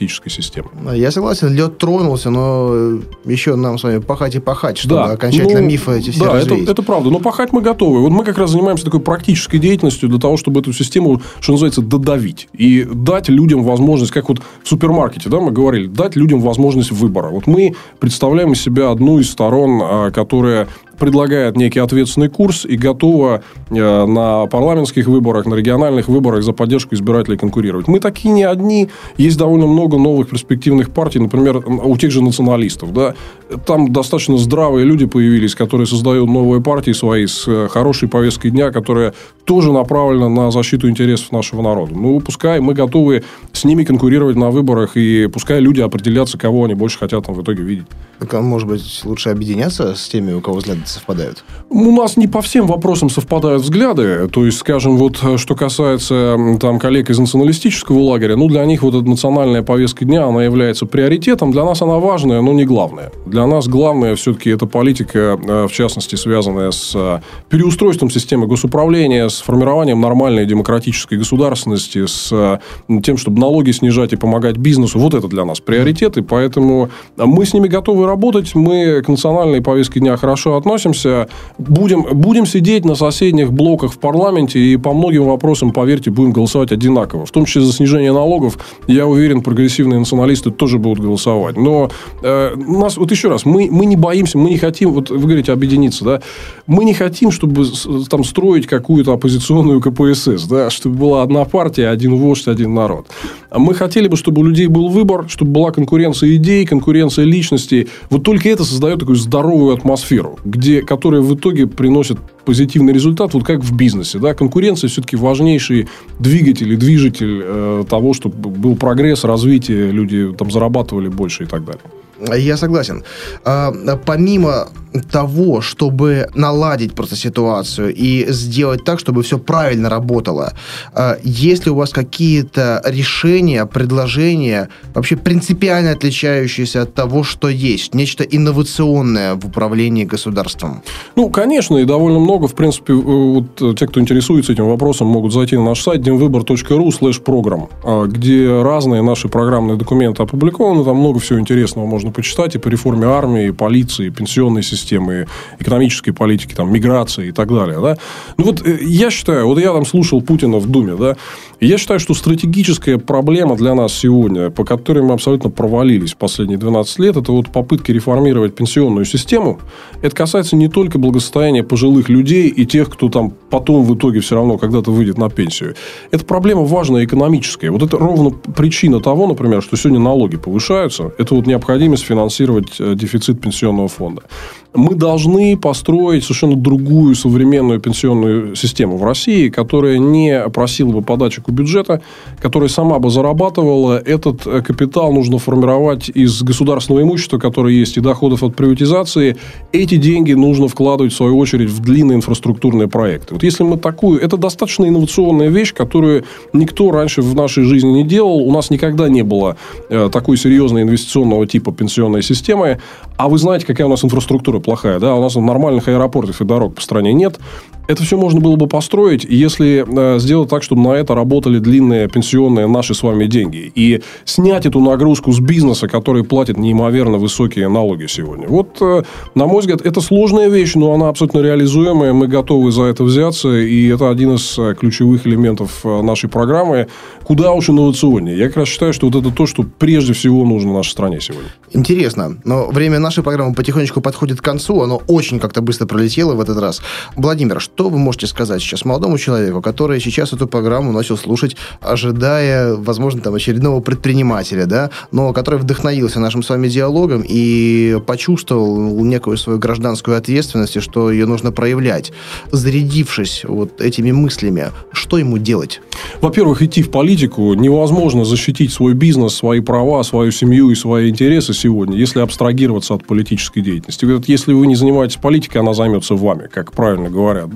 C: демократической системы.
B: Я согласен, лед тронулся, но еще нам с вами пахать и пахать, чтобы
C: да,
B: окончательно
C: ну,
B: мифы эти все
C: да,
B: развеять.
C: Это, это правда, но пахать мы готовы. Вот мы как раз занимаемся такой практической деятельностью для того, чтобы эту систему, что называется, додавить. И дать людям возможность, как вот в супермаркете, да, мы говорили, дать людям возможность выбора. Вот мы представляем из себя одну из сторон, которая предлагает некий ответственный курс и готова э, на парламентских выборах, на региональных выборах за поддержку избирателей конкурировать. Мы такие не одни. Есть довольно много новых перспективных партий, например, у тех же националистов. Да? Там достаточно здравые люди появились, которые создают новые партии свои с хорошей повесткой дня, которая тоже направлена на защиту интересов нашего народа. Ну, пускай мы готовы с ними конкурировать на выборах, и пускай люди определятся, кого они больше хотят там в итоге видеть.
B: Так, а может быть, лучше объединяться с теми, у кого взгляды совпадают?
C: У нас не по всем вопросам совпадают взгляды. То есть, скажем, вот что касается там, коллег из националистического лагеря, ну, для них вот эта национальная повестка дня, она является приоритетом. Для нас она важная, но не главная. Для нас главное все-таки это политика, в частности, связанная с переустройством системы госуправления, с формированием нормальной демократической государственности, с тем, чтобы налоги снижать и помогать бизнесу. Вот это для нас приоритеты. Поэтому мы с ними готовы работать. Мы к национальной повестке дня хорошо относимся. Будем, будем сидеть на соседних блоках в парламенте и по многим вопросам, поверьте, будем голосовать одинаково. В том числе за снижение налогов. Я уверен, прогрессивные националисты тоже будут голосовать. Но э, нас, вот еще раз, мы, мы не боимся, мы не хотим, вот вы говорите, объединиться, да? Мы не хотим, чтобы там строить какую-то оппозиционную ка пэ эс эс, да? Чтобы была одна партия, один вождь, один народ. Мы хотели бы, чтобы у людей был выбор, чтобы была конкуренция идей, конкуренция личностей. Вот только это создает такую здоровую атмосферу, где, которая в итоге приносит позитивный результат, вот как в бизнесе. Да? Конкуренция все-таки важнейший двигатель и движитель э, того, чтобы был прогресс, развитие, люди там зарабатывали больше и так далее.
B: Я согласен. А, помимо того, чтобы наладить просто ситуацию и сделать так, чтобы все правильно работало, а, есть ли у вас какие-то решения, предложения, вообще принципиально отличающиеся от того, что есть? Нечто инновационное в управлении государством?
C: Ну, конечно, и довольно много. В принципе, вот те, кто интересуется этим вопросом, могут зайти на наш сайт демвыбор точка ру слэш программ, где разные наши программные документы опубликованы. Там много всего интересного можно почитать и по реформе армии, и полиции, и пенсионной системы, и экономической политики, там, миграции и так далее. Да? Ну, вот я считаю, вот я там слушал Путина в Думе, да, и я считаю, что стратегическая проблема для нас сегодня, по которой мы абсолютно провалились в последние двенадцать лет, это вот попытки реформировать пенсионную систему. Это касается не только благосостояния пожилых людей и тех, кто там потом в итоге все равно когда-то выйдет на пенсию. Это проблема важная экономическая. Вот это ровно причина того, например, что сегодня налоги повышаются. Это вот необходимость финансировать дефицит пенсионного фонда. Мы должны построить совершенно другую современную пенсионную систему в России, которая не просила бы подачек у бюджета, которая сама бы зарабатывала. Этот капитал нужно формировать из государственного имущества, которое есть, и доходов от приватизации. Эти деньги нужно вкладывать, в свою очередь, в длинные инфраструктурные проекты. Вот если мы такую... Это достаточно инновационная вещь, которую никто раньше в нашей жизни не делал. У нас никогда не было такой серьезной инвестиционного типа пенсионной системы. А вы знаете, какая у нас инфраструктура плохая, да? У нас нормальных аэропортов и дорог по стране нет. Это все можно было бы построить, если э, сделать так, чтобы на это работали длинные пенсионные наши с вами деньги. И снять эту нагрузку с бизнеса, который платит неимоверно высокие налоги сегодня. Вот, э, на мой взгляд, это сложная вещь, но она абсолютно реализуемая. Мы готовы за это взяться. И это один из ключевых элементов нашей программы. Куда уж инновационнее. Я как раз считаю, что вот это то, что прежде всего нужно нашей стране сегодня.
B: Интересно. Но время нашей программы потихонечку подходит к концу. Оно очень как-то быстро пролетело в этот раз. Владимир, что вы можете сказать сейчас молодому человеку, который сейчас эту программу начал слушать, ожидая, возможно, там, очередного предпринимателя, да, но который вдохновился нашим с вами диалогом и почувствовал некую свою гражданскую ответственность, что ее нужно проявлять. Зарядившись вот этими мыслями, что ему делать?
C: Во-первых, идти в политику невозможно защитить свой бизнес, свои права, свою семью и свои интересы сегодня, если абстрагироваться от политической деятельности. Если вы не занимаетесь политикой, она займется вами, как правильно говорят, да.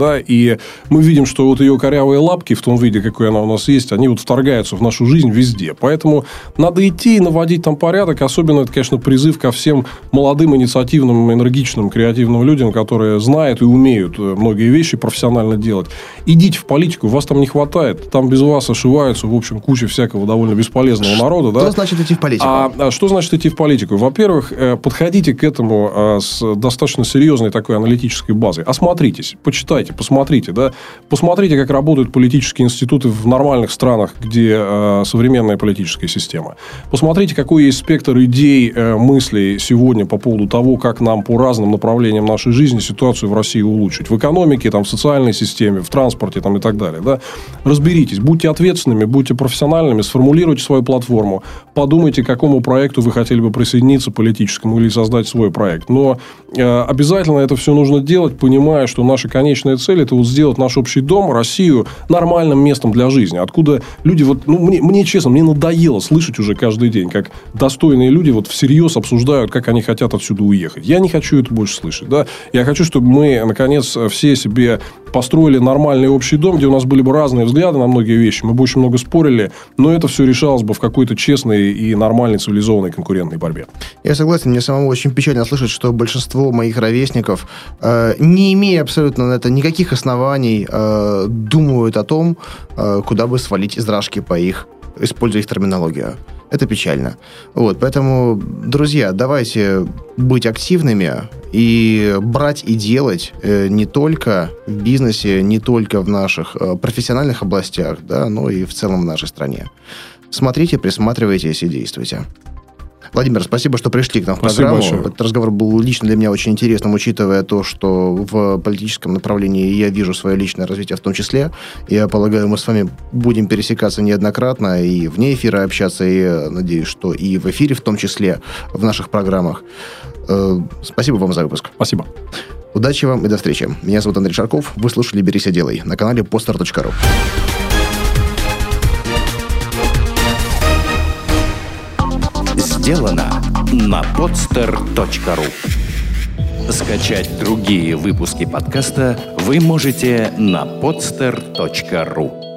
C: да, и мы видим, что вот ее корявые лапки в том виде, какой она у нас есть, они вот вторгаются в нашу жизнь везде. Поэтому надо идти и наводить там порядок. Особенно это, конечно, призыв ко всем молодым, инициативным, энергичным, креативным людям, которые знают и умеют многие вещи профессионально делать. Идите в политику, вас там не хватает. Там без вас ошиваются, в общем, куча всякого довольно бесполезного народа.
B: Что
C: да?
B: значит идти в политику?
C: А, а что значит идти в политику? Во-первых, подходите к этому с достаточно серьезной такой аналитической базой. Осмотритесь, почитайте, посмотрите. Да? Посмотрите, как работают политические институты в нормальных странах, где э, современная политическая система. Посмотрите, какой есть спектр идей, э, мыслей сегодня по поводу того, как нам по разным направлениям нашей жизни ситуацию в России улучшить. В экономике, там, в социальной системе, в транспорте там, и так далее. Да? Разберитесь, будьте ответственными, будьте профессиональными, сформулируйте свою платформу, подумайте, к какому проекту вы хотели бы присоединиться политическому или создать свой проект. Но э, обязательно это все нужно делать, понимая, что наша конечная цель – это вот сделать наш общий дом, Россию, нормальным местом для жизни. Откуда люди, вот, ну, мне, мне честно, мне надоело слышать уже каждый день, как достойные люди вот всерьез обсуждают, как они хотят отсюда уехать. Я не хочу это больше слышать. Да? Я хочу, чтобы мы, наконец, все себе построили нормальный общий дом, где у нас были бы разные взгляды на многие вещи. Мы бы очень много спорили, но это все решалось бы в какой-то честной и нормальной, цивилизованной конкурентной борьбе.
B: Я согласен. Мне самому очень печально слышать, что большинство моих ровесников, э, не имея абсолютно на это никаких оснований, э, думают о том, э, куда бы свалить из рашки по их, используя их терминологию. Это печально. Вот, поэтому, друзья, давайте быть активными и брать и делать э, не только в бизнесе, не только в наших э, профессиональных областях, да, но и в целом в нашей стране. Смотрите, присматривайтесь и действуйте. Владимир, спасибо, что пришли к нам в
C: спасибо
B: программу.
C: большое.
B: Этот разговор был лично для меня очень интересным, учитывая то, что в политическом направлении я вижу свое личное развитие в том числе. Я полагаю, мы с вами будем пересекаться неоднократно и вне эфира общаться, и надеюсь, что и в эфире в том числе, в наших программах. Спасибо вам за выпуск.
C: Спасибо.
B: Удачи вам и до встречи. Меня зовут Андрей Шарков. Вы слушали «Берись и делай» на канале постер точка ру.
A: Сделано на подстер точка ру. Скачать другие выпуски подкаста вы можете на подстер точка ру.